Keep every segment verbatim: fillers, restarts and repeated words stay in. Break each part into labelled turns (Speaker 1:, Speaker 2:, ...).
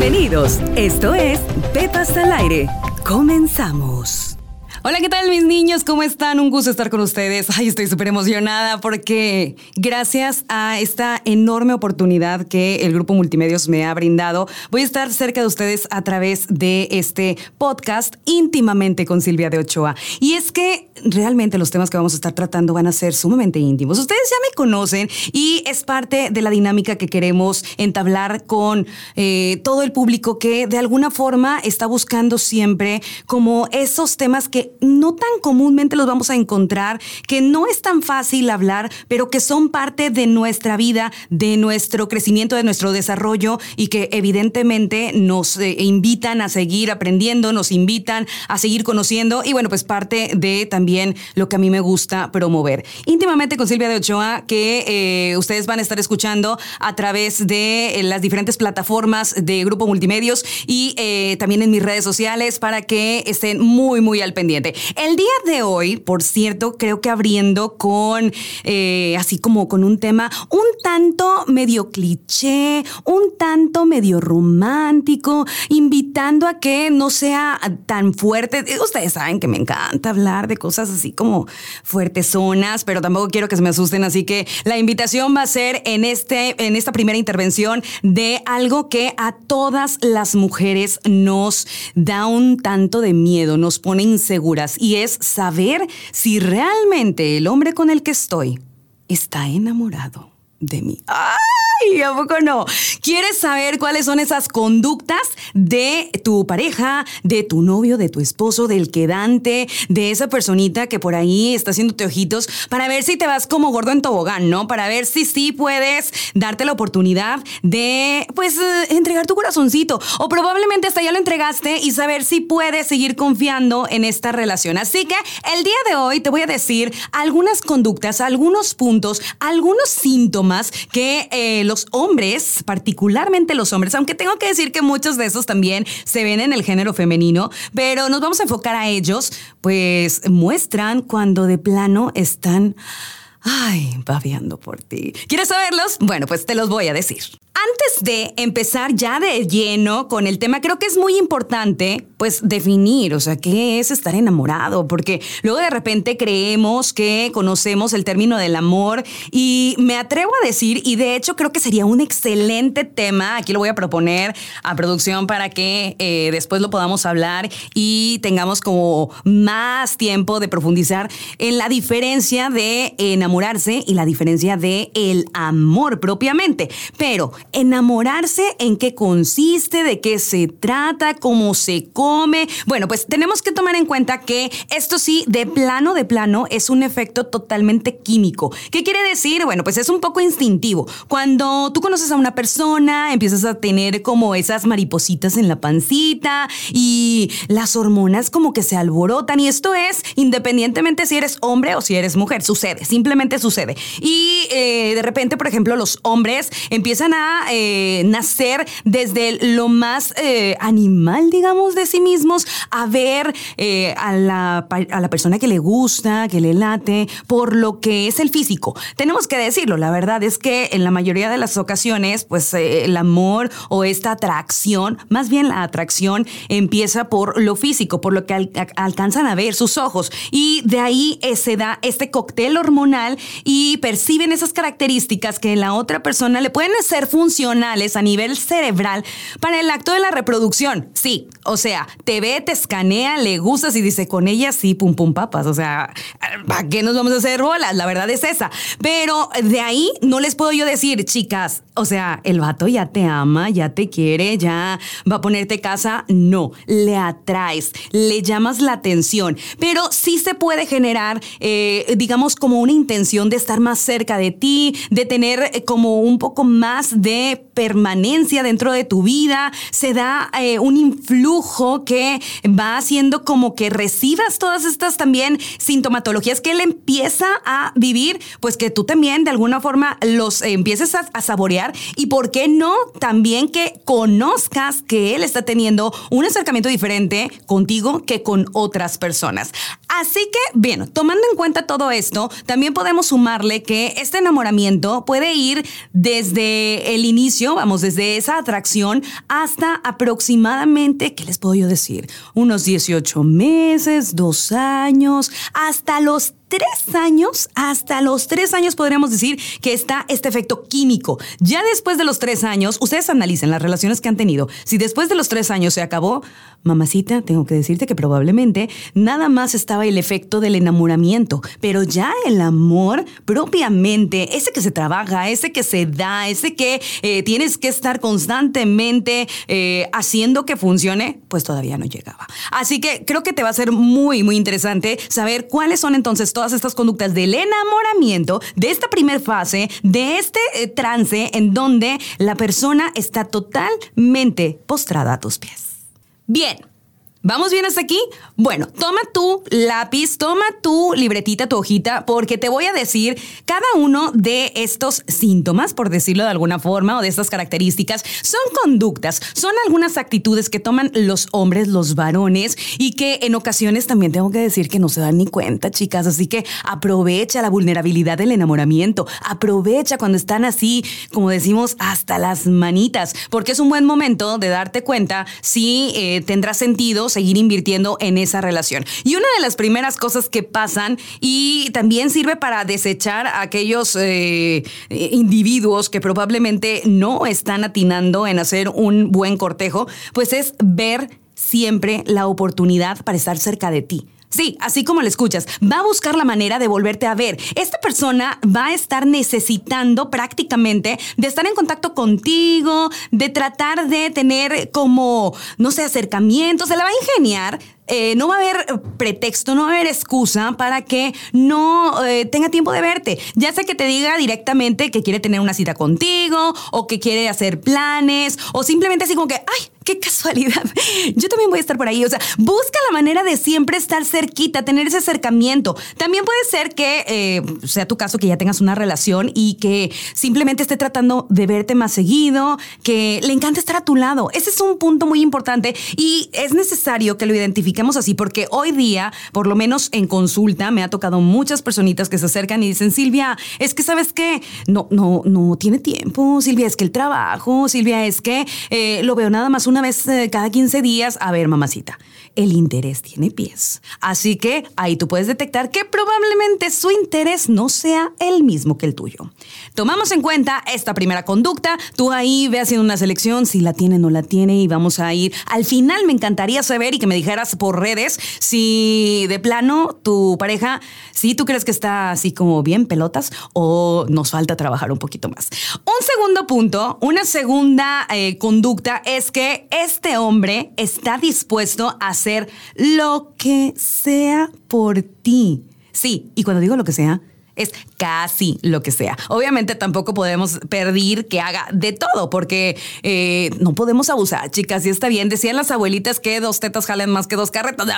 Speaker 1: Bienvenidos. Esto es Pepas al Aire. Comenzamos. Hola, ¿qué tal mis niños? ¿Cómo están? Un gusto estar con ustedes. Ay, estoy súper emocionada porque gracias a esta enorme oportunidad que el Grupo Multimedios me ha brindado, voy a estar cerca de ustedes a través de este podcast íntimamente con Silvia de Ochoa. Y es que realmente los temas que vamos a estar tratando van a ser sumamente íntimos. Ustedes ya me conocen y es parte de la dinámica que queremos entablar con eh, todo el público que de alguna forma está buscando siempre como esos temas que no tan comúnmente los vamos a encontrar, que no es tan fácil hablar, pero que son parte de nuestra vida, de nuestro crecimiento, de nuestro desarrollo y que evidentemente nos eh, invitan a seguir aprendiendo, nos invitan a seguir conociendo y bueno, pues parte de también lo que a mí me gusta promover. Íntimamente con Silvia de Ochoa, que eh, ustedes van a estar escuchando a través de eh, las diferentes plataformas de Grupo Multimedios y eh, también en mis redes sociales para que estén muy, muy al pendiente. El día de hoy, por cierto, creo que abriendo con, eh, así como con un tema un tanto medio cliché, un tanto medio romántico, invitando a que no sea tan fuerte. Ustedes saben que me encanta hablar de cosas así como fuertezonas, pero tampoco quiero que se me asusten, así que la invitación va a ser en, este, en esta primera intervención de algo que a todas las mujeres nos da un tanto de miedo, nos pone inseguras. Y es saber si realmente el hombre con el que estoy está enamorado de mí. ¡Ay! ¿A poco no? ¿Quieres saber cuáles son esas conductas de tu pareja, de tu novio, de tu esposo, del quedante, de esa personita que por ahí está haciéndote ojitos para ver si te vas como gordo en tobogán, ¿no? Para ver si sí puedes darte la oportunidad de, pues, eh, entregar tu corazoncito. O probablemente hasta ya lo entregaste y saber si puedes seguir confiando en esta relación. Así que el día de hoy te voy a decir algunas conductas, algunos puntos, algunos síntomas que eh, los hombres, particularmente los hombres, aunque tengo que decir que muchos de esos también se ven en el género femenino, pero nos vamos a enfocar a ellos, pues muestran cuando de plano están, ay, babeando por ti. ¿Quieres saberlos? Bueno, pues te los voy a decir. Antes de empezar ya de lleno con el tema, creo que es muy importante, pues, definir, o sea, qué es estar enamorado, porque luego de repente creemos que conocemos el término del amor y me atrevo a decir, y de hecho creo que sería un excelente tema, aquí lo voy a proponer a producción para que eh, después lo podamos hablar y tengamos como más tiempo de profundizar en la diferencia de enamorarse y la diferencia de el amor propiamente, pero enamorarse, ¿en qué consiste? ¿De qué se trata? ¿Cómo se come? Bueno, pues tenemos que tomar en cuenta que esto sí, de plano, de plano, es un efecto totalmente químico. ¿Qué quiere decir? Bueno, pues es un poco instintivo. Cuando tú conoces a una persona, empiezas a tener como esas maripositas en la pancita y las hormonas como que se alborotan y esto es independientemente si eres hombre o si eres mujer. Sucede, simplemente sucede. Y eh, de repente, por ejemplo, los hombres empiezan a Eh, nacer desde lo más eh, animal, digamos, de sí mismos, a ver eh, a, la, a la persona que le gusta, que le late, por lo que es el físico. Tenemos que decirlo, la verdad es que en la mayoría de las ocasiones, pues eh, el amor o esta atracción, más bien la atracción, empieza por lo físico, por lo que al, a, alcanzan a ver sus ojos. Y de ahí eh, se da este cóctel hormonal y perciben esas características que en la otra persona le pueden ser funcionales funcionales a nivel cerebral para el acto de la reproducción. Sí, o sea, te ve, te escanea, le gustas y dice, con ella sí, pum pum papas. O sea, ¿para qué nos vamos a hacer bolas? La verdad es esa. Pero de ahí no les puedo yo decir, chicas, o sea, el vato ya te ama, ya te quiere, ya va a ponerte casa. No, le atraes, le llamas la atención. Pero sí se puede generar, eh, digamos, como una intención de estar más cerca de ti, de tener eh, como un poco más de permanencia dentro de tu vida, se da eh, un influjo que va haciendo como que recibas todas estas también sintomatologías que él empieza a vivir, pues que tú también de alguna forma los eh, empieces a, a saborear y por qué no también que conozcas que él está teniendo un acercamiento diferente contigo que con otras personas. Así que, bien, tomando en cuenta todo esto, también podemos podemos sumarle que este enamoramiento puede ir desde el inicio, vamos, desde esa atracción hasta aproximadamente, ¿qué les puedo yo decir? Unos dieciocho meses, dos años, hasta los tres años, hasta los tres años podríamos decir que está este efecto químico. Ya después de los tres años, ustedes analicen las relaciones que han tenido. Si después de los tres años se acabó, mamacita, tengo que decirte que probablemente nada más estaba el efecto del enamoramiento, pero ya el amor propiamente, ese que se trabaja, ese que se da, ese que eh, tienes que estar constantemente eh, haciendo que funcione, pues todavía no llegaba. Así que creo que te va a ser muy, muy interesante saber cuáles son entonces todas estas conductas del enamoramiento, de esta primera fase, de este eh, trance en donde la persona está totalmente postrada a tus pies. Bien, ¿vamos bien hasta aquí? Bueno, toma tu lápiz, toma tu libretita, tu hojita, porque te voy a decir cada uno de estos síntomas, por decirlo de alguna forma, o de estas características. Son conductas, son algunas actitudes que toman los hombres, los varones, y que en ocasiones también tengo que decir que no se dan ni cuenta, chicas. Así que aprovecha la vulnerabilidad del enamoramiento, aprovecha cuando están así, como decimos, hasta las manitas, porque es un buen momento de darte cuenta si eh, tendrá sentido seguir invirtiendo en esa relación. Y una de las primeras cosas que pasan, y también sirve para desechar a aquellos eh, individuos que probablemente no están atinando en hacer un buen cortejo, pues es ver siempre la oportunidad para estar cerca de ti. Sí, así como lo escuchas, va a buscar la manera de volverte a ver. Esta persona va a estar necesitando prácticamente de estar en contacto contigo, de tratar de tener como, no sé, acercamientos, se la va a ingeniar. Eh, no va a haber pretexto, no va a haber excusa para que no eh, tenga tiempo de verte. Ya sea que te diga directamente que quiere tener una cita contigo o que quiere hacer planes o simplemente así como que, ¡ay, qué casualidad! Yo también voy a estar por ahí. O sea, busca la manera de siempre estar cerquita, tener ese acercamiento. También puede ser que eh, sea tu caso, que ya tengas una relación y que simplemente esté tratando de verte más seguido, que le encanta estar a tu lado. Ese es un punto muy importante y es necesario que lo identifiques así, porque hoy día, por lo menos en consulta, me ha tocado muchas personitas que se acercan y dicen, Silvia, es que ¿sabes qué? No, no, no tiene tiempo, Silvia, es que el trabajo, Silvia, es que eh, lo veo nada más una vez eh, cada quince días. A ver, mamacita, el interés tiene pies. Así que ahí tú puedes detectar que probablemente su interés no sea el mismo que el tuyo. Tomamos en cuenta esta primera conducta, tú ahí ve haciendo una selección, si la tiene o no la tiene, y vamos a ir. Al final me encantaría saber y que me dijeras por redes si de plano tu pareja, si tú crees que está así como bien pelotas o nos falta trabajar un poquito más. Un segundo punto, una segunda eh, conducta es que este hombre está dispuesto a hacer lo que sea por ti. Sí, y cuando digo lo que sea, es casi lo que sea. Obviamente tampoco podemos pedir que haga de todo, porque eh, no podemos abusar, chicas. Y está bien, decían las abuelitas que dos tetas jalen más que dos carretas.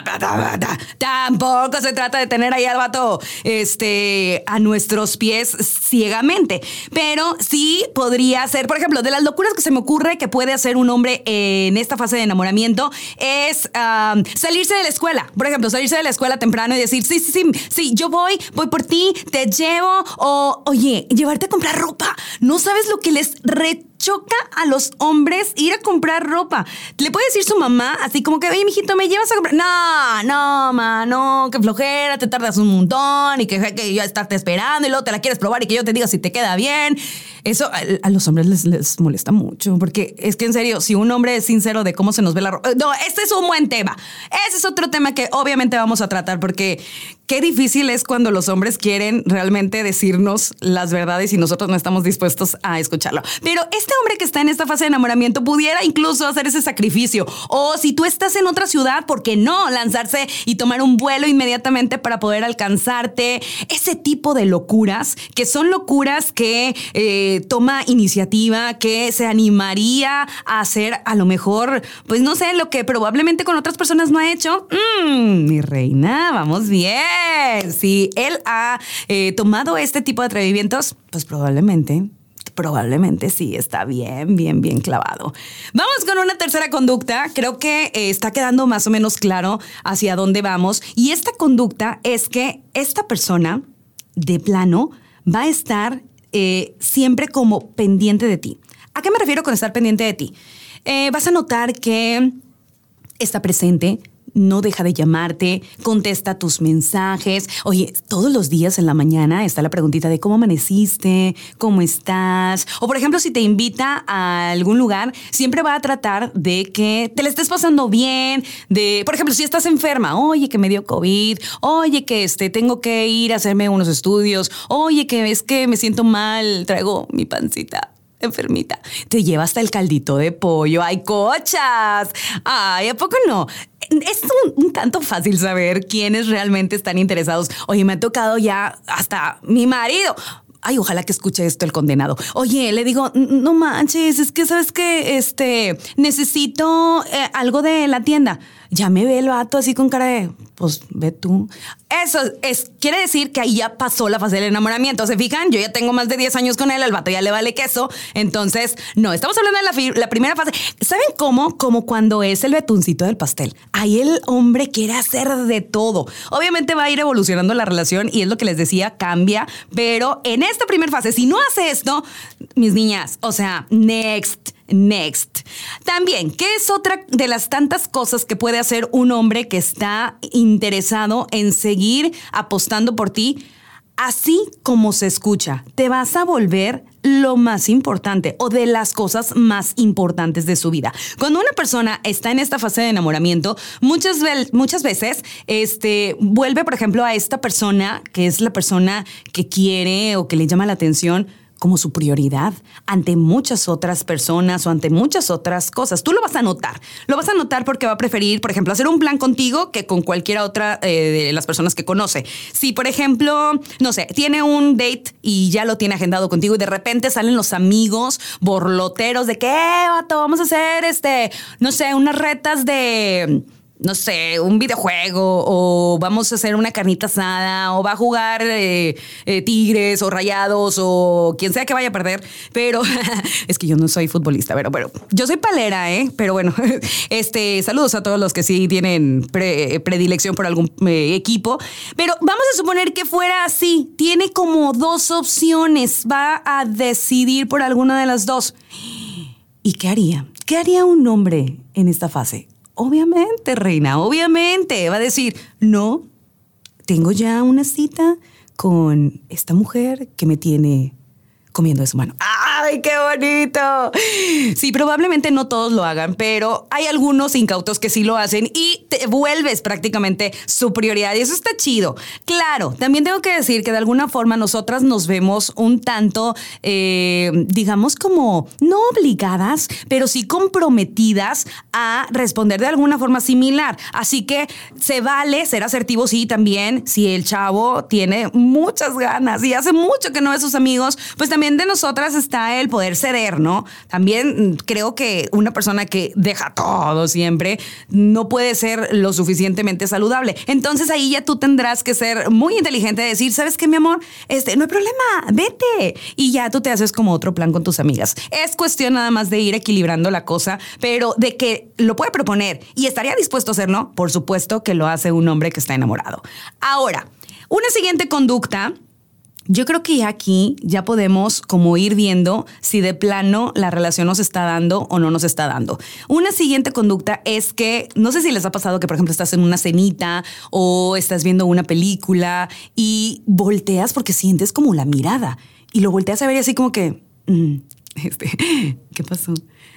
Speaker 1: Tampoco se trata de tener ahí al vato este, a nuestros pies ciegamente. Pero sí podría ser, por ejemplo, de las locuras que se me ocurre que puede hacer un hombre en esta fase de enamoramiento es um, salirse de la escuela. Por ejemplo, salirse de la escuela temprano y decir, sí, sí, sí, sí, yo voy, voy por ti, te llevo, o oye, llevarte a comprar ropa. No sabes lo que les rechoca a los hombres ir a comprar ropa. Le puede decir su mamá así como que, oye, mijito, ¿me llevas a comprar? No, no, ma, no, qué flojera, te tardas un montón y que, que yo estarte esperando y luego te la quieres probar y que yo te diga si te queda bien. Eso a, a los hombres les, les molesta mucho, porque es que en serio, si un hombre es sincero de cómo se nos ve la ropa, no, este es un buen tema. Ese es otro tema que obviamente vamos a tratar, porque qué difícil es cuando los hombres quieren realmente decirnos las verdades y nosotros no estamos dispuestos a escucharlo. Pero este hombre que está en esta fase de enamoramiento pudiera incluso hacer ese sacrificio. O si tú estás en otra ciudad, ¿por qué no lanzarse y tomar un vuelo inmediatamente para poder alcanzarte? Ese tipo de locuras, que son locuras que eh, toma iniciativa, que se animaría a hacer a lo mejor, pues no sé, lo que probablemente con otras personas no ha hecho. Mm, mi reina, vamos bien. Si él ha eh, tomado este tipo de atrevimientos, pues probablemente, probablemente sí está bien, bien, bien clavado. Vamos con una tercera conducta. Creo que eh, está quedando más o menos claro hacia dónde vamos. Y esta conducta es que esta persona de plano va a estar eh, siempre como pendiente de ti. ¿A qué me refiero con estar pendiente de ti? Eh, vas a notar que está presente, no deja de llamarte, contesta tus mensajes. Oye, todos los días en la mañana está la preguntita de cómo amaneciste, cómo estás. O por ejemplo, si te invita a algún lugar, siempre va a tratar de que te la estés pasando bien. De, por ejemplo, si estás enferma, oye, que me dio COVID, oye, que este, tengo que ir a hacerme unos estudios, oye, que es que me siento mal, traigo mi pancita enfermita. Te lleva hasta el caldito de pollo. ¡Ay, cochas! ¡Ay, ¿a poco no? Es un, un tanto fácil saber quiénes realmente están interesados. Oye, me ha tocado ya hasta mi marido. Ay, ojalá que escuche esto el condenado. Oye, le digo, no manches, es que sabes que este necesito eh, algo de la tienda. Ya me ve el vato así con cara de, pues ve tú. Eso es, quiere decir que ahí ya pasó la fase del enamoramiento. ¿Se fijan? Yo ya tengo más de diez años con él, al vato ya le vale queso. Entonces, no, estamos hablando de la, fi- la primera fase. ¿Saben cómo? Como cuando es el betuncito del pastel. Ahí el hombre quiere hacer de todo. Obviamente va a ir evolucionando la relación y es lo que les decía, cambia. Pero en esta primera fase, si no hace esto, mis niñas, o sea, next. Next. También, ¿qué es otra de las tantas cosas que puede hacer un hombre que está interesado en seguir apostando por ti? Así como se escucha, te vas a volver lo más importante o de las cosas más importantes de su vida. Cuando una persona está en esta fase de enamoramiento, muchas, ve- muchas veces este, vuelve, por ejemplo, a esta persona que es la persona que quiere o que le llama la atención como su prioridad ante muchas otras personas o ante muchas otras cosas. Tú lo vas a notar. Lo vas a notar porque va a preferir, por ejemplo, hacer un plan contigo que con cualquiera otra eh, de las personas que conoce. Si, por ejemplo, no sé, tiene un date y ya lo tiene agendado contigo y de repente salen los amigos borloteros de que, eh, vato, vamos a hacer, este, no sé, unas retas de... no sé, un videojuego o vamos a hacer una carnita asada o va a jugar eh, eh, Tigres o Rayados o quien sea que vaya a perder. Pero es que yo no soy futbolista, pero bueno, yo soy palera, ¿eh? Pero bueno, este, saludos a todos los que sí tienen pre, predilección por algún eh, equipo. Pero vamos a suponer que fuera así. Tiene como dos opciones. Va a decidir por alguna de las dos. ¿Y qué haría? ¿Qué haría un hombre en esta fase? Obviamente, reina, obviamente. Va a decir, no, tengo ya una cita con esta mujer que me tiene comiendo de su mano. ¡Ay, qué bonito! Sí, probablemente no todos lo hagan, pero hay algunos incautos que sí lo hacen y te vuelves prácticamente su prioridad y eso está chido. Claro, también tengo que decir que de alguna forma nosotras nos vemos un tanto, eh, digamos como no obligadas, pero sí comprometidas a responder de alguna forma similar. Así que se vale ser asertivo, sí, también. Si el chavo tiene muchas ganas y hace mucho que no ve a sus amigos, pues también de nosotras está el poder ceder, ¿no? También creo que una persona que deja todo siempre no puede ser lo suficientemente saludable. Entonces ahí ya tú tendrás que ser muy inteligente de decir, ¿sabes qué, mi amor? Este, no hay problema, vete. Y ya tú te haces como otro plan con tus amigas. Es cuestión nada más de ir equilibrando la cosa, pero de que lo puede proponer y estaría dispuesto a hacerlo, por supuesto que lo hace un hombre que está enamorado. Ahora, una siguiente conducta. Yo creo que aquí ya podemos como ir viendo si de plano la relación nos está dando o no nos está dando. Una siguiente conducta es que, no sé si les ha pasado que, por ejemplo, estás en una cenita o estás viendo una película y volteas porque sientes como la mirada y lo volteas a ver y así como que, mm, este, ¿qué pasó?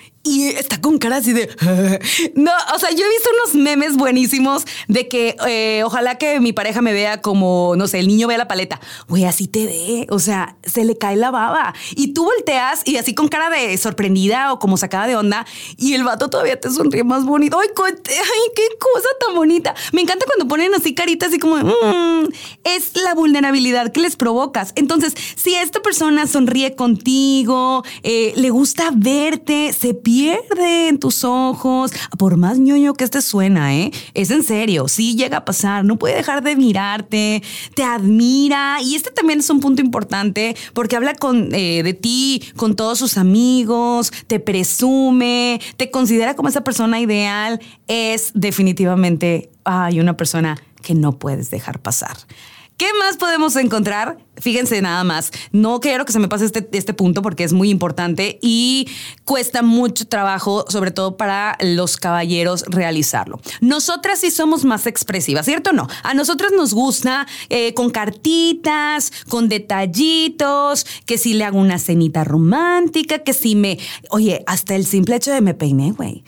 Speaker 1: Y está con cara así de... No, o sea, yo he visto unos memes buenísimos de que eh, ojalá que mi pareja me vea como, no sé, el niño vea la paleta. Güey, así te ve. O sea, se le cae la baba. Y tú volteas y así con cara de sorprendida o como sacada de onda y el vato todavía te sonríe más bonito. Ay, co- ay qué cosa tan bonita. Me encanta cuando ponen así caritas así como... Mmm, es la vulnerabilidad que les provocas. Entonces, si esta persona sonríe contigo, eh, le gusta verte, se pierde en tus ojos, por más ñoño que este suena, ¿eh? Es en serio, sí llega a pasar, no puede dejar de mirarte, te admira y este también es un punto importante porque habla con, eh, de ti con todos sus amigos, te presume, te considera como esa persona ideal, es definitivamente ay, una persona que no puedes dejar pasar. ¿Qué más podemos encontrar? Fíjense nada más, no quiero que se me pase este, este punto porque es muy importante y cuesta mucho trabajo, sobre todo para los caballeros, realizarlo. Nosotras sí somos más expresivas, ¿cierto o no? A nosotras nos gusta eh, con cartitas, con detallitos, que si le hago una cenita romántica, que si me... Oye, hasta el simple hecho de me peiné, güey,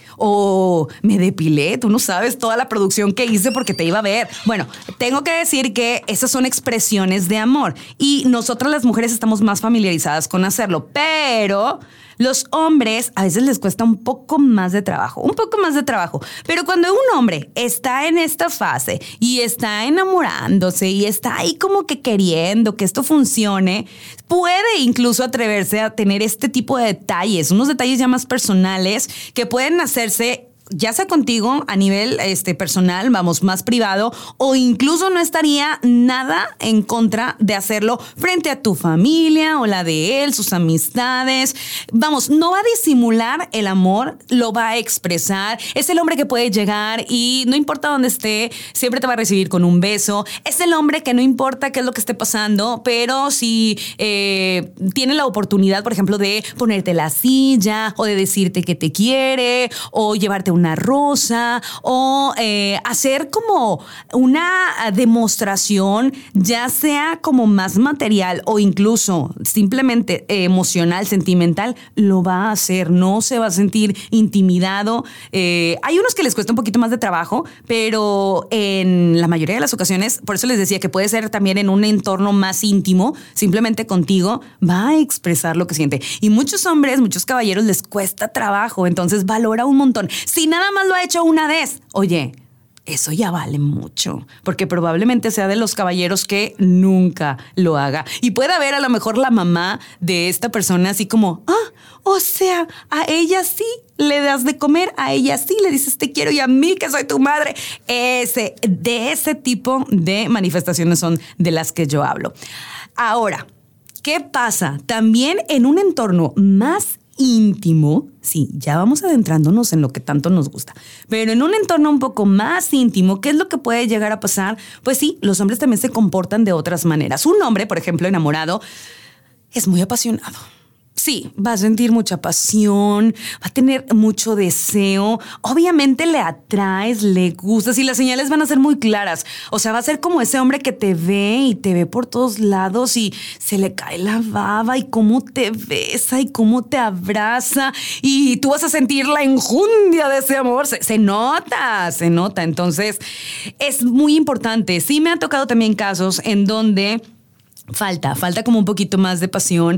Speaker 1: o me depilé, tú no sabes toda la producción que hice porque te iba a ver. Bueno, tengo que decir que esas son expresiones de amor. Y nosotras las mujeres estamos más familiarizadas con hacerlo, pero los hombres a veces les cuesta un poco más de trabajo, un poco más de trabajo. Pero cuando un hombre está en esta fase y está enamorándose y está ahí como que queriendo que esto funcione, puede incluso atreverse a tener este tipo de detalles, unos detalles ya más personales que pueden hacerse ya sea contigo a nivel este, personal, vamos, más privado, o incluso no estaría nada en contra de hacerlo frente a tu familia o la de él, sus amistades. Vamos, no va a disimular el amor, lo va a expresar. Es el hombre que puede llegar y no importa dónde esté, siempre te va a recibir con un beso. Es el hombre que no importa qué es lo que esté pasando, pero si eh, tiene la oportunidad, por ejemplo, de ponerte la silla o de decirte que te quiere o llevarte una rosa o eh, hacer como una demostración, ya sea como más material o incluso simplemente eh, emocional, sentimental, lo va a hacer, no se va a sentir intimidado. Eh, hay unos que les cuesta un poquito más de trabajo, pero en la mayoría de las ocasiones, por eso les decía que puede ser también en un entorno más íntimo, simplemente contigo, va a expresar lo que siente. Y muchos hombres, muchos caballeros les cuesta trabajo, entonces valora un montón. Si nada más lo ha hecho una vez, oye, eso ya vale mucho, porque probablemente sea de los caballeros que nunca lo haga. Y puede haber a lo mejor la mamá de esta persona así como, ah, o sea, a ella sí le das de comer, a ella sí le dices te quiero y a mí que soy tu madre. Ese, de ese tipo de manifestaciones son de las que yo hablo. Ahora, ¿qué pasa? También en un entorno más íntimo, sí, ya vamos adentrándonos en lo que tanto nos gusta, pero en un entorno un poco más íntimo, ¿qué es lo que puede llegar a pasar? Pues sí, los hombres también se comportan de otras maneras. Un hombre, por ejemplo, enamorado, es muy apasionado. Sí, va a sentir mucha pasión, va a tener mucho deseo. Obviamente le atraes, le gustas y las señales van a ser muy claras. O sea, va a ser como ese hombre que te ve y te ve por todos lados y se le cae la baba y cómo te besa y cómo te abraza y tú vas a sentir la enjundia de ese amor. Se, se nota, se nota. Entonces, es muy importante. Sí me ha tocado también casos en donde Falta, falta como un poquito más de pasión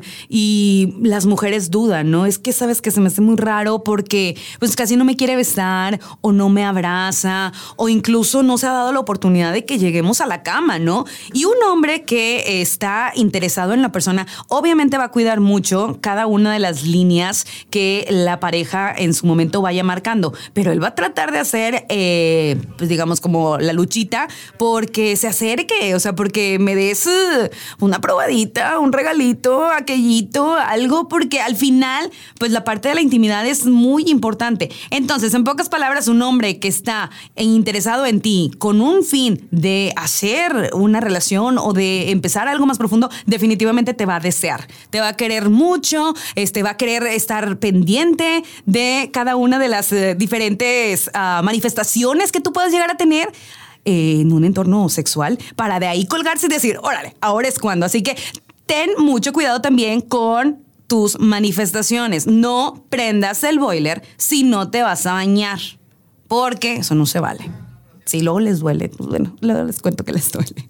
Speaker 1: y las mujeres dudan, ¿no? Es que sabes que se me hace muy raro porque pues casi no me quiere besar o no me abraza o incluso no se ha dado la oportunidad de que lleguemos a la cama, ¿no? Y un hombre que está interesado en la persona obviamente va a cuidar mucho cada una de las líneas que la pareja en su momento vaya marcando, pero él va a tratar de hacer, eh, pues digamos como la luchita porque se acerque, o sea, porque me des... Uh, una probadita, un regalito, aquellito, algo, porque al final, pues la parte de la intimidad es muy importante. Entonces, en pocas palabras, un hombre que está interesado en ti con un fin de hacer una relación o de empezar algo más profundo, definitivamente te va a desear, te va a querer mucho, este, va a querer estar pendiente de cada una de las eh, diferentes uh, manifestaciones que tú puedas llegar a tener en un entorno sexual, para de ahí colgarse y decir, órale, ahora es cuando. Así que ten mucho cuidado también con tus manifestaciones. No prendas el boiler si no te vas a bañar, porque eso no se vale. Si luego les duele, pues bueno, luego les cuento que les duele.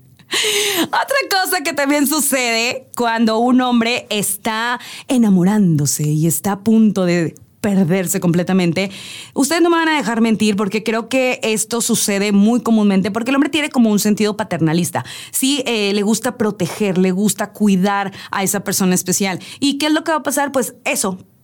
Speaker 1: Otra cosa que también sucede cuando un hombre está enamorándose y está a punto de perderse completamente. Ustedes no me van a dejar mentir porque creo que esto sucede muy comúnmente porque el hombre tiene como un sentido paternalista. Sí, eh, le gusta proteger, le gusta cuidar a esa persona especial. ¿Y qué es lo que va a pasar? Pues eso,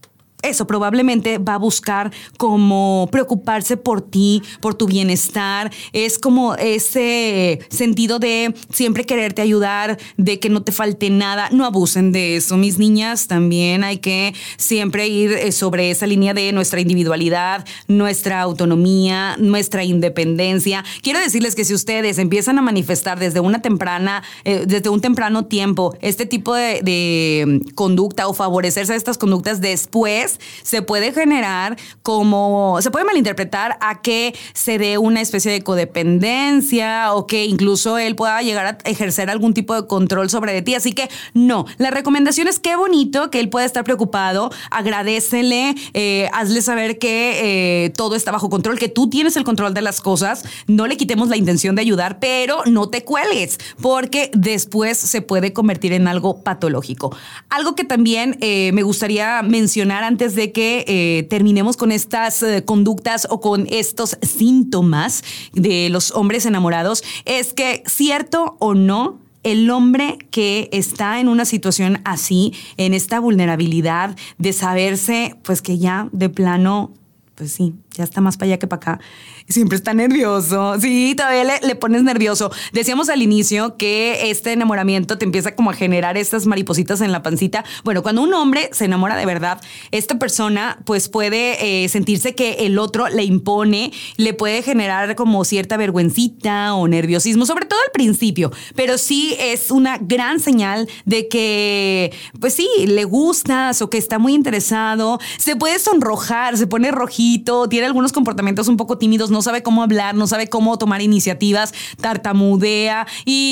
Speaker 1: eso, probablemente va a buscar como preocuparse por ti, por tu bienestar. Es como ese sentido de siempre quererte ayudar, de que no te falte nada. No abusen de eso, mis niñas. También hay que siempre ir sobre esa línea de nuestra individualidad, nuestra autonomía, nuestra independencia. Quiero decirles que si ustedes empiezan a manifestar desde una temprana, eh, desde un temprano tiempo, este tipo de, de conducta o favorecerse a estas conductas después, se puede generar como, se puede malinterpretar a que se dé una especie de codependencia o que incluso él pueda llegar a ejercer algún tipo de control sobre de ti. Así que no, la recomendación es qué bonito que él pueda estar preocupado, agradécele, eh, hazle saber que eh, todo está bajo control, que tú tienes el control de las cosas, no le quitemos la intención de ayudar, pero no te cuelgues, porque después se puede convertir en algo patológico. Algo que también eh, me gustaría mencionar antes de que eh, terminemos con estas eh, conductas o con estos síntomas de los hombres enamorados es que, cierto o no, el hombre que está en una situación así, en esta vulnerabilidad de saberse, pues que ya de plano, pues sí, ya está más para allá que para acá, siempre está nervioso. Sí, todavía le, le pones nervioso. Decíamos al inicio que este enamoramiento te empieza como a generar estas maripositas en la pancita. Bueno, cuando un hombre se enamora de verdad, esta persona pues puede eh, sentirse que el otro le impone, le puede generar como cierta vergüencita o nerviosismo, sobre todo al principio, pero sí es una gran señal de que pues sí, le gustas o que está muy interesado. Se puede sonrojar, se pone rojito, tiene algunos comportamientos un poco tímidos, no sabe cómo hablar, no sabe cómo tomar iniciativas, tartamudea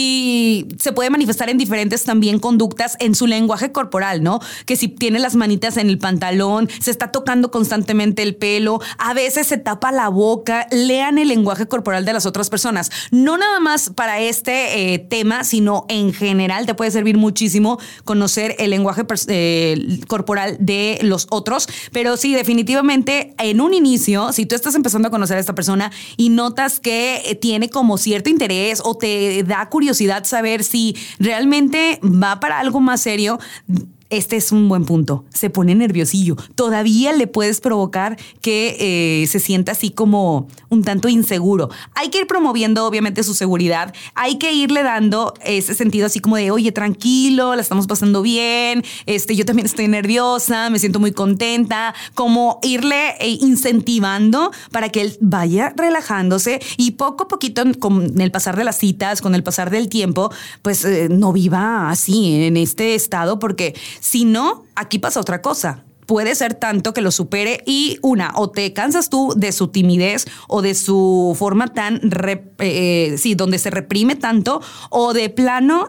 Speaker 1: y se puede manifestar en diferentes también conductas en su lenguaje corporal, ¿no? Que si tiene las manitas en el pantalón, se está tocando constantemente el pelo, a veces se tapa la boca. Lean el lenguaje corporal de las otras personas. No nada más para este eh, tema, sino en general te puede servir muchísimo conocer el lenguaje eh, corporal de los otros, pero sí, definitivamente en un inicio, si tú estás empezando a conocer a esta persona y notas que tiene como cierto interés o te da curiosidad saber si realmente va para algo más serio, este es un buen punto. Se pone nerviosillo. Todavía le puedes provocar que eh, se sienta así como un tanto inseguro. Hay que ir promoviendo, obviamente, su seguridad. Hay que irle dando ese sentido así como de, oye, tranquilo, la estamos pasando bien. Este, yo también estoy nerviosa, me siento muy contenta. Como irle eh, incentivando para que él vaya relajándose y poco a poquito, con el pasar de las citas, con el pasar del tiempo, pues eh, no viva así en este estado, porque si no, aquí pasa otra cosa. Puede ser tanto que lo supere y una, o te cansas tú de su timidez o de su forma tan, rep, eh, sí, donde se reprime tanto, o de plano,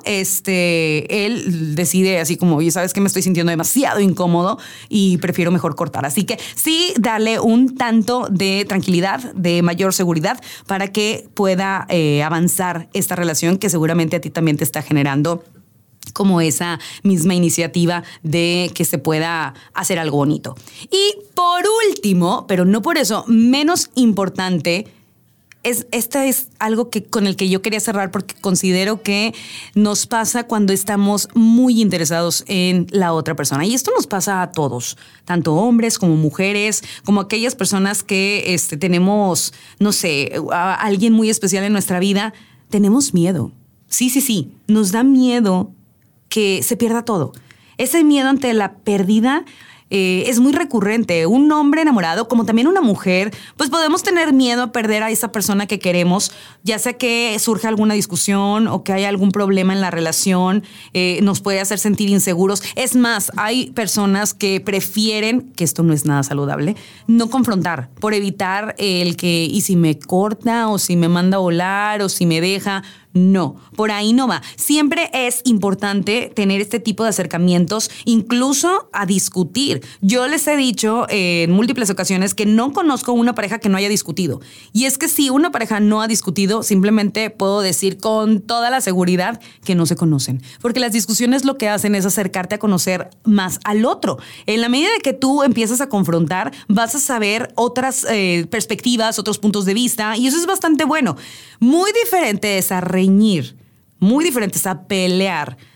Speaker 1: este, él decide así como, oye, ¿sabes qué? Me estoy sintiendo demasiado incómodo y prefiero mejor cortar. Así que sí, darle un tanto de tranquilidad, de mayor seguridad para que pueda eh, avanzar esta relación que seguramente a ti también te está generando como esa misma iniciativa de que se pueda hacer algo bonito. Y por último, pero no por eso menos importante, es, esta es algo que, con el que yo quería cerrar porque considero que nos pasa cuando estamos muy interesados en la otra persona. Y esto nos pasa a todos, tanto hombres como mujeres, como aquellas personas que este, tenemos, no sé, a alguien muy especial en nuestra vida. Tenemos miedo. Sí, sí, sí, nos da miedo que se pierda todo. Ese miedo ante la pérdida eh, es muy recurrente. Un hombre enamorado, como también una mujer, pues podemos tener miedo a perder a esa persona que queremos, ya sea que surja alguna discusión o que haya algún problema en la relación, eh, nos puede hacer sentir inseguros. Es más, hay personas que prefieren, que esto no es nada saludable, no confrontar, por evitar el que, y si me corta, o si me manda a volar, o si me deja. No, por ahí no va. Siempre es importante tener este tipo de acercamientos, incluso a discutir. Yo les he dicho eh, en múltiples ocasiones que no conozco una pareja que no haya discutido. Y es que si una pareja no ha discutido, simplemente puedo decir con toda la seguridad que no se conocen. Porque las discusiones lo que hacen es acercarte a conocer más al otro. En la medida de que tú empiezas a confrontar, vas a saber otras eh, perspectivas, otros puntos de vista, y eso es bastante bueno. Muy diferente es a reñir, muy diferente es a pelear.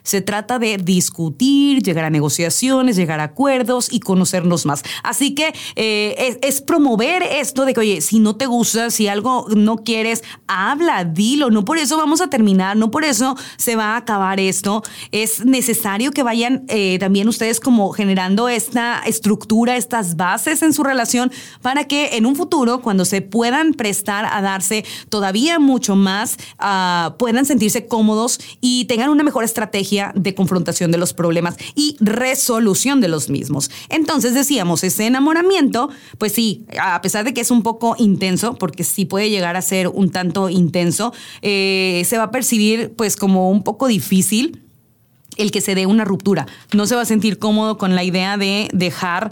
Speaker 1: Se trata de discutir, llegar a negociaciones, llegar a acuerdos y conocernos más. Así que eh, es, es promover esto de que, oye, si no te gusta, si algo no quieres, habla, dilo. No por eso vamos a terminar, no por eso se va a acabar esto. Es necesario que vayan eh, también ustedes como generando esta estructura, estas bases en su relación para que en un futuro, cuando se puedan prestar a darse todavía mucho más, uh, puedan sentirse cómodos y tengan una mejor estrategia de confrontación de los problemas y resolución de los mismos. Entonces decíamos, ese enamoramiento, pues sí, a pesar de que es un poco intenso, porque sí puede llegar a ser un tanto intenso, eh, se va a percibir pues como un poco difícil el que se dé una ruptura. No se va a sentir cómodo con la idea de dejar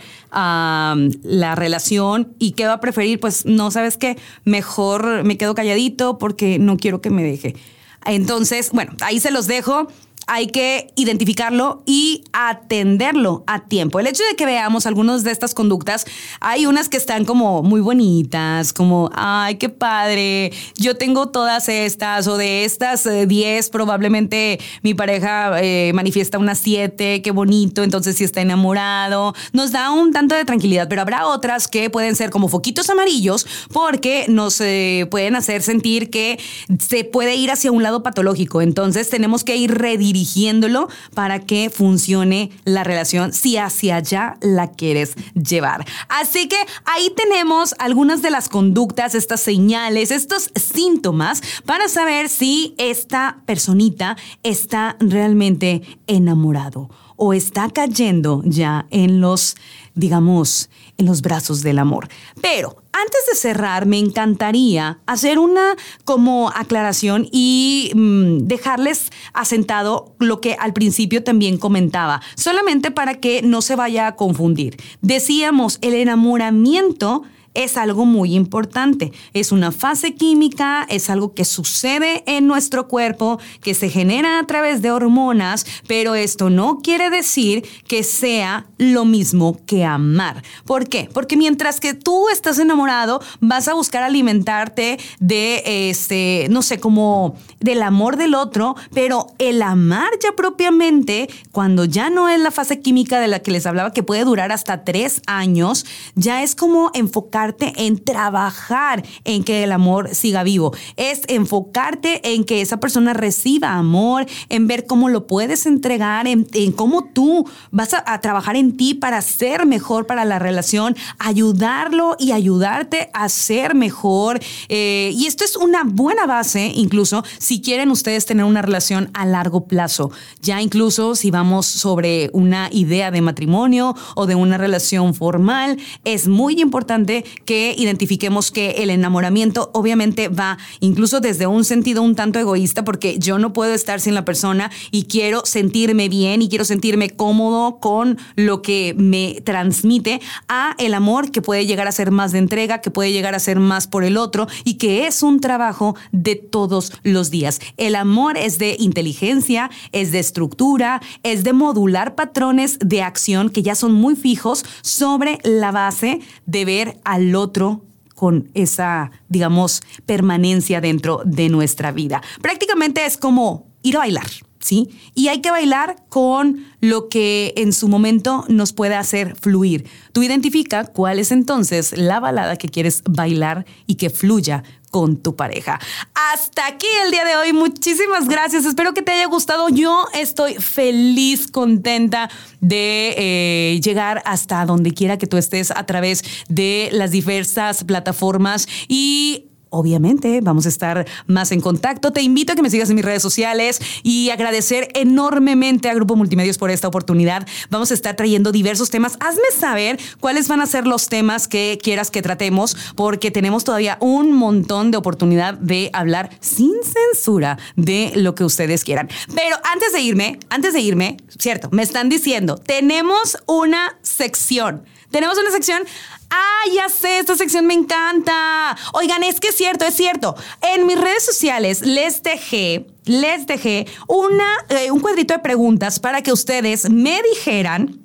Speaker 1: uh, la relación y que va a preferir, pues no, ¿sabes qué? Mejor me quedo calladito porque no quiero que me deje. Entonces, bueno, ahí se los dejo. Hay que identificarlo y atenderlo a tiempo. El hecho de que veamos algunas de estas conductas, hay unas que están como muy bonitas, como, ay, qué padre, yo tengo todas estas, o de estas diez, eh, probablemente mi pareja eh, manifiesta unas siete, qué bonito, entonces sí está enamorado. Nos da un tanto de tranquilidad, pero habrá otras que pueden ser como foquitos amarillos porque nos eh, pueden hacer sentir que se puede ir hacia un lado patológico. Entonces tenemos que ir redirigiendo dirigiéndolo para que funcione la relación si hacia allá la quieres llevar. Así que ahí tenemos algunas de las conductas, estas señales, estos síntomas para saber si esta personita está realmente enamorado o está cayendo ya en los, digamos, en los brazos del amor. Pero antes de cerrar, me encantaría hacer una como aclaración y mmm, dejarles asentado lo que al principio también comentaba, solamente para que no se vaya a confundir. Decíamos, el enamoramiento es algo muy importante. Es una fase química, es algo que sucede en nuestro cuerpo, que se genera a través de hormonas, pero esto no quiere decir que sea lo mismo que amar. ¿Por qué? Porque mientras que tú estás enamorado, vas a buscar alimentarte de, este, no sé, como del amor del otro, pero el amar ya propiamente, cuando ya no es la fase química de la que les hablaba, que puede durar hasta tres años, ya es como enfocar en trabajar en que el amor siga vivo. Es enfocarte en que esa persona reciba amor, en ver cómo lo puedes entregar, en, en cómo tú vas a, a trabajar en ti para ser mejor para la relación, ayudarlo y ayudarte a ser mejor. Eh, y esto es una buena base, incluso si quieren ustedes tener una relación a largo plazo. Ya incluso si vamos sobre una idea de matrimonio o de una relación formal, es muy importante que identifiquemos que el enamoramiento obviamente va incluso desde un sentido un tanto egoísta, porque yo no puedo estar sin la persona y quiero sentirme bien y quiero sentirme cómodo con lo que me transmite, a el amor que puede llegar a ser más de entrega, que puede llegar a ser más por el otro y que es un trabajo de todos los días. El amor es de inteligencia, es de estructura, es de modular patrones de acción que ya son muy fijos sobre la base de ver al otro con esa, digamos, permanencia dentro de nuestra vida. Prácticamente es como ir a bailar, ¿sí? Y hay que bailar con lo que en su momento nos puede hacer fluir. Tú identifica cuál es entonces la balada que quieres bailar y que fluya con tu pareja. Hasta aquí el día de hoy. Muchísimas gracias. Espero que te haya gustado. Yo estoy feliz, contenta de eh, llegar hasta donde quiera que tú estés a través de las diversas plataformas y obviamente vamos a estar más en contacto. Te invito a que me sigas en mis redes sociales y agradecer enormemente a Grupo Multimedios por esta oportunidad. Vamos a estar trayendo diversos temas. Hazme saber cuáles van a ser los temas que quieras que tratemos, porque tenemos todavía un montón de oportunidad de hablar sin censura de lo que ustedes quieran. Pero antes de irme, antes de irme, cierto, me están diciendo, tenemos una sección. Tenemos una sección. ¡Ah, ya sé! Esta sección me encanta. Oigan, es que es cierto, es cierto. En mis redes sociales les dejé, les dejé una, eh, un cuadrito de preguntas para que ustedes me dijeran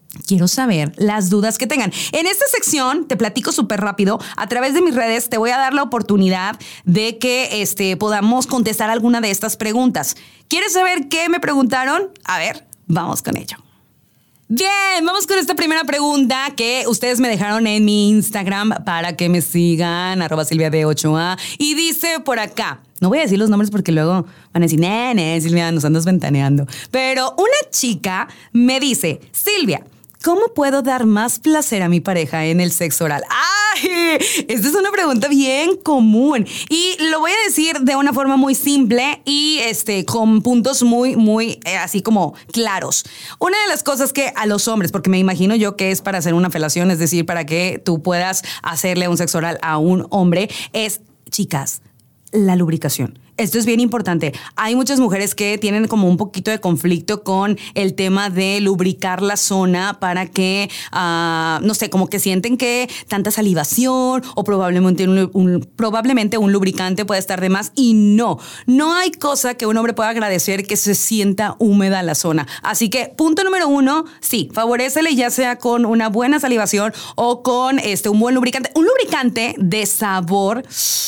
Speaker 1: quiero saber las dudas que tengan. En esta sección te platico súper rápido. A través de mis redes te voy a dar la oportunidad de que este, podamos contestar alguna de estas preguntas. ¿Quieres saber qué me preguntaron? A ver, vamos con ello. Bien, vamos con esta primera pregunta que ustedes me dejaron en mi Instagram para que me sigan, arroba Silvia de ocho A. Y dice por acá, no voy a decir los nombres porque luego van a decir, nene, Silvia, nos andas ventaneando. Pero una chica me dice, Silvia, ¿cómo puedo dar más placer a mi pareja en el sexo oral? ¡Ay! Esta es una pregunta bien común. Y lo voy a decir de una forma muy simple y este, con puntos muy, muy eh, así como claros. Una de las cosas que a los hombres, porque me imagino yo que es para hacer una felación, es decir, para que tú puedas hacerle un sexo oral a un hombre, es, chicas, la lubricación. Esto es bien importante. Hay muchas mujeres que tienen como un poquito de conflicto con el tema de lubricar la zona para que, uh, no sé, como que sienten que tanta salivación o probablemente un, un, probablemente un lubricante puede estar de más. Y no, no hay cosa que un hombre pueda agradecer que se sienta húmeda la zona. Así que, punto número uno, sí, favorécele ya sea con una buena salivación o con este, un buen lubricante. Un lubricante de sabor.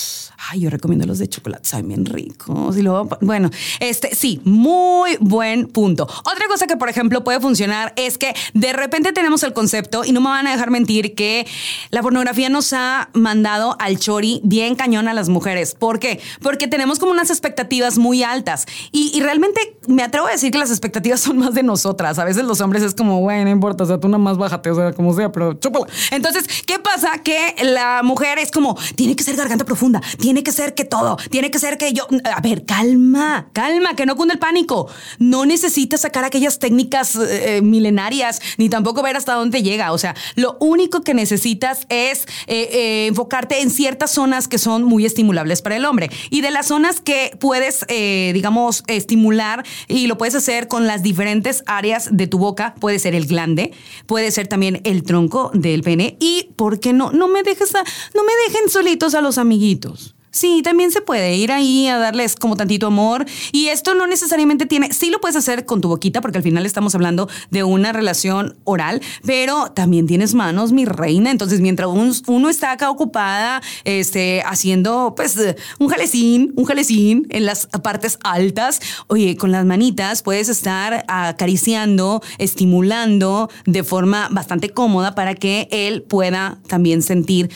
Speaker 1: Ay, yo recomiendo los de chocolate, saben bien ricos. Y luego, bueno, este, sí, muy buen punto. Otra cosa que, por ejemplo, puede funcionar es que de repente tenemos el concepto, y no me van a dejar mentir, que la pornografía nos ha mandado al chori bien cañón a las mujeres. ¿Por qué? Porque tenemos como unas expectativas muy altas. Y, y realmente me atrevo a decir que las expectativas son más de nosotras. A veces los hombres es como, güey, no importa, o sea, tú nada más bájate, o sea, como sea, pero chúpala. Entonces, ¿qué pasa? Que la mujer es como, tiene que ser garganta profunda, tiene que ser que todo, tiene que ser que yo... A ver, calma, calma, que no cunde el pánico. No necesitas sacar aquellas técnicas eh, milenarias, ni tampoco ver hasta dónde llega. O sea, lo único que necesitas es eh, eh, enfocarte en ciertas zonas que son muy estimulables para el hombre. Y de las zonas que puedes, eh, digamos, estimular, y lo puedes hacer con las diferentes áreas de tu boca, puede ser el glande, puede ser también el tronco del pene. Y, ¿por qué no? No me dejes a, no me dejen solitos a los amiguitos. Sí, también se puede ir ahí a darles como tantito amor. Y esto no necesariamente tiene... Sí lo puedes hacer con tu boquita, porque al final estamos hablando de una relación oral, pero también tienes manos, mi reina. Entonces, mientras un, uno está acá ocupada este, haciendo pues un jalecín, un jalecín en las partes altas, oye, con las manitas puedes estar acariciando, estimulando de forma bastante cómoda para que él pueda también sentir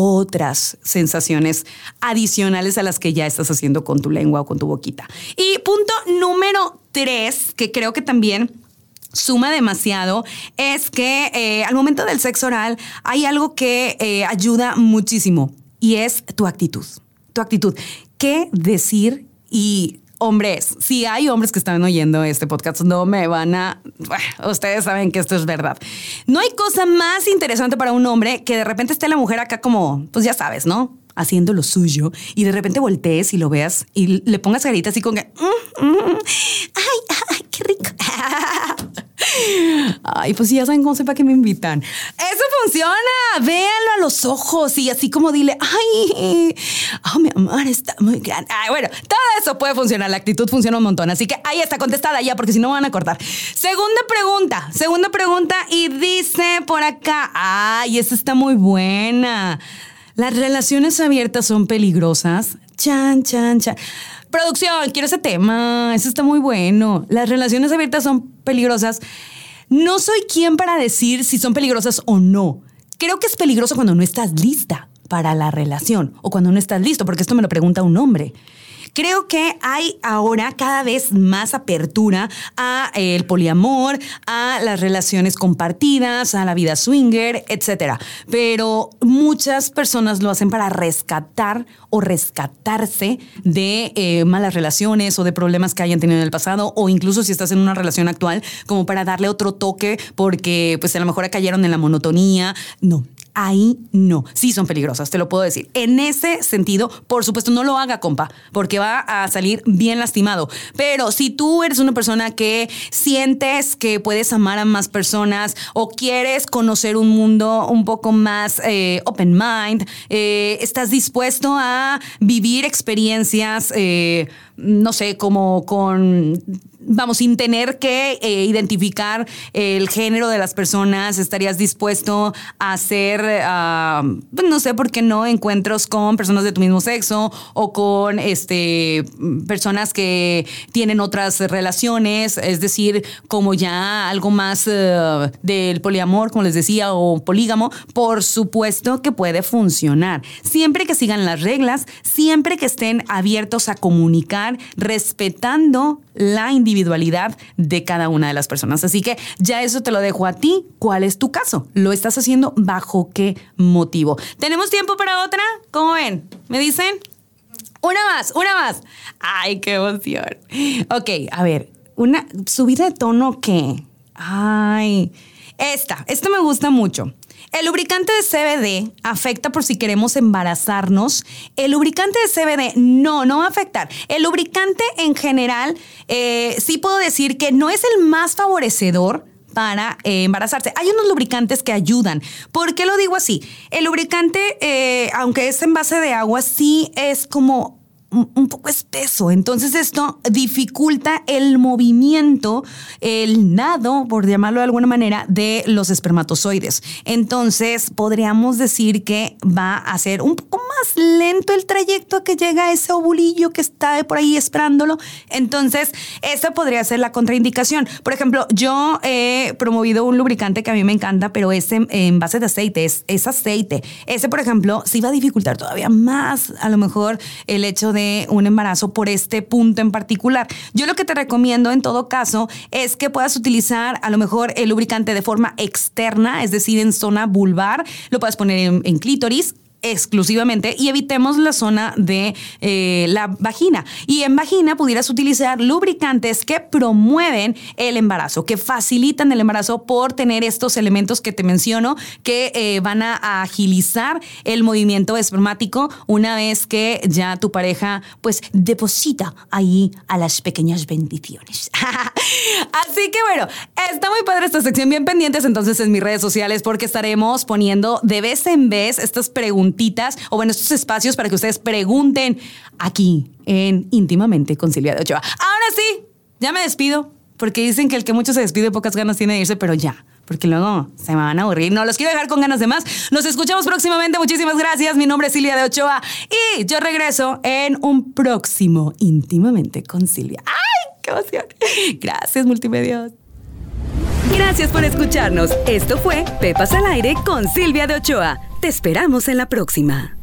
Speaker 1: otras sensaciones adicionales adicionales a las que ya estás haciendo con tu lengua o con tu boquita. Y punto número tres, que creo que también suma demasiado, es que eh, al momento del sexo oral hay algo que eh, ayuda muchísimo y es tu actitud. Tu actitud. ¿Qué decir? Y hombres, si hay hombres que están oyendo este podcast, no me van a... Bueno, ustedes saben que esto es verdad. No hay cosa más interesante para un hombre que de repente esté la mujer acá como, pues ya sabes, ¿no? Haciendo lo suyo y de repente voltees y lo veas y le pongas carita así con que... Mm, mm, ay, ay, qué rico. Ay, pues ya saben cómo sepa que me invitan. Eso funciona. Véanlo a los ojos y así como dile, ay, oh, mi amor, está muy grande. Ay, bueno, todo eso puede funcionar. La actitud funciona un montón. Así que ahí está contestada ya, porque si no me van a cortar. Segunda pregunta, segunda pregunta y dice por acá, ay, esta está muy buena. ¿Las relaciones abiertas son peligrosas? Chan, chan, chan. Producción, quiero ese tema. Eso está muy bueno. Las relaciones abiertas son peligrosas. No soy quien para decir si son peligrosas o no. Creo que es peligroso cuando no estás lista para la relación o cuando no estás listo, porque esto me lo pregunta un hombre. Creo que hay ahora cada vez más apertura a el poliamor, a las relaciones compartidas, a la vida swinger, etcétera. Pero muchas personas lo hacen para rescatar o rescatarse de eh, malas relaciones o de problemas que hayan tenido en el pasado, o incluso si estás en una relación actual, como para darle otro toque porque pues a lo mejor cayeron en la monotonía. No. Ahí no, sí son peligrosas, te lo puedo decir. En ese sentido, por supuesto, no lo haga, compa, porque va a salir bien lastimado. Pero si tú eres una persona que sientes que puedes amar a más personas o quieres conocer un mundo un poco más eh, open mind, eh, estás dispuesto a vivir experiencias eh, no sé, como con... Vamos, sin tener que eh, identificar el género de las personas, estarías dispuesto a hacer, uh, no sé, ¿por qué no? Encuentros con personas de tu mismo sexo o con este, personas que tienen otras relaciones, es decir, como ya algo más uh, del poliamor, como les decía, o polígamo. Por supuesto que puede funcionar, siempre que sigan las reglas, siempre que estén abiertos a comunicar, respetando la individualidad de cada una de las personas. Así que ya eso te lo dejo a ti. ¿Cuál es tu caso? ¿Lo estás haciendo bajo qué motivo? ¿Tenemos tiempo para otra? ¿Cómo ven? ¿Me dicen? Una más, una más. Ay, qué emoción. Ok, a ver, una subida de tono, ¿qué? Ay, esta, esta me gusta mucho. El lubricante de C B D afecta por si queremos embarazarnos. El lubricante de C B D no, no va a afectar. El lubricante en general, eh, sí puedo decir que no es el más favorecedor para eh, embarazarse. Hay unos lubricantes que ayudan. ¿Por qué lo digo así? El lubricante, eh, aunque es en base de agua, sí es como un poco espeso. Entonces esto dificulta el movimiento, el nado, por llamarlo de alguna manera, de los espermatozoides. Entonces podríamos decir que va a ser un poco más lento el trayecto a que llega ese ovulillo que está por ahí esperándolo. Entonces esa podría ser la contraindicación. Por ejemplo, yo he promovido un lubricante que a mí me encanta, pero es en, en base de aceite, es, es aceite. Ese, por ejemplo, sí va a dificultar todavía más a lo mejor el hecho de un embarazo por este punto en particular. Yo lo que te recomiendo en todo caso es que puedas utilizar a lo mejor el lubricante de forma externa, es decir, en zona vulvar, lo puedes poner en, en clítoris exclusivamente y evitemos la zona de eh, la vagina. Y en vagina pudieras utilizar lubricantes que promueven el embarazo, que facilitan el embarazo por tener estos elementos que te menciono, que eh, van a agilizar el movimiento espermático una vez que ya tu pareja pues deposita ahí a las pequeñas bendiciones. Así que bueno, está muy padre esta sección, bien pendientes entonces en mis redes sociales porque estaremos poniendo de vez en vez estas preguntas o bueno, estos espacios para que ustedes pregunten aquí en Íntimamente con Silvia de Ochoa. Ahora sí, ya me despido, porque dicen que el que mucho se despide pocas ganas tiene de irse, pero ya, porque luego se me van a aburrir. No, los quiero dejar con ganas de más. Nos escuchamos próximamente. Muchísimas gracias. Mi nombre es Silvia de Ochoa y yo regreso en un próximo Íntimamente con Silvia. ¡Ay, qué emoción! Gracias, Multimedios.
Speaker 2: Gracias por escucharnos. Esto fue Pepas al Aire con Silvia de Ochoa. Te esperamos en la próxima.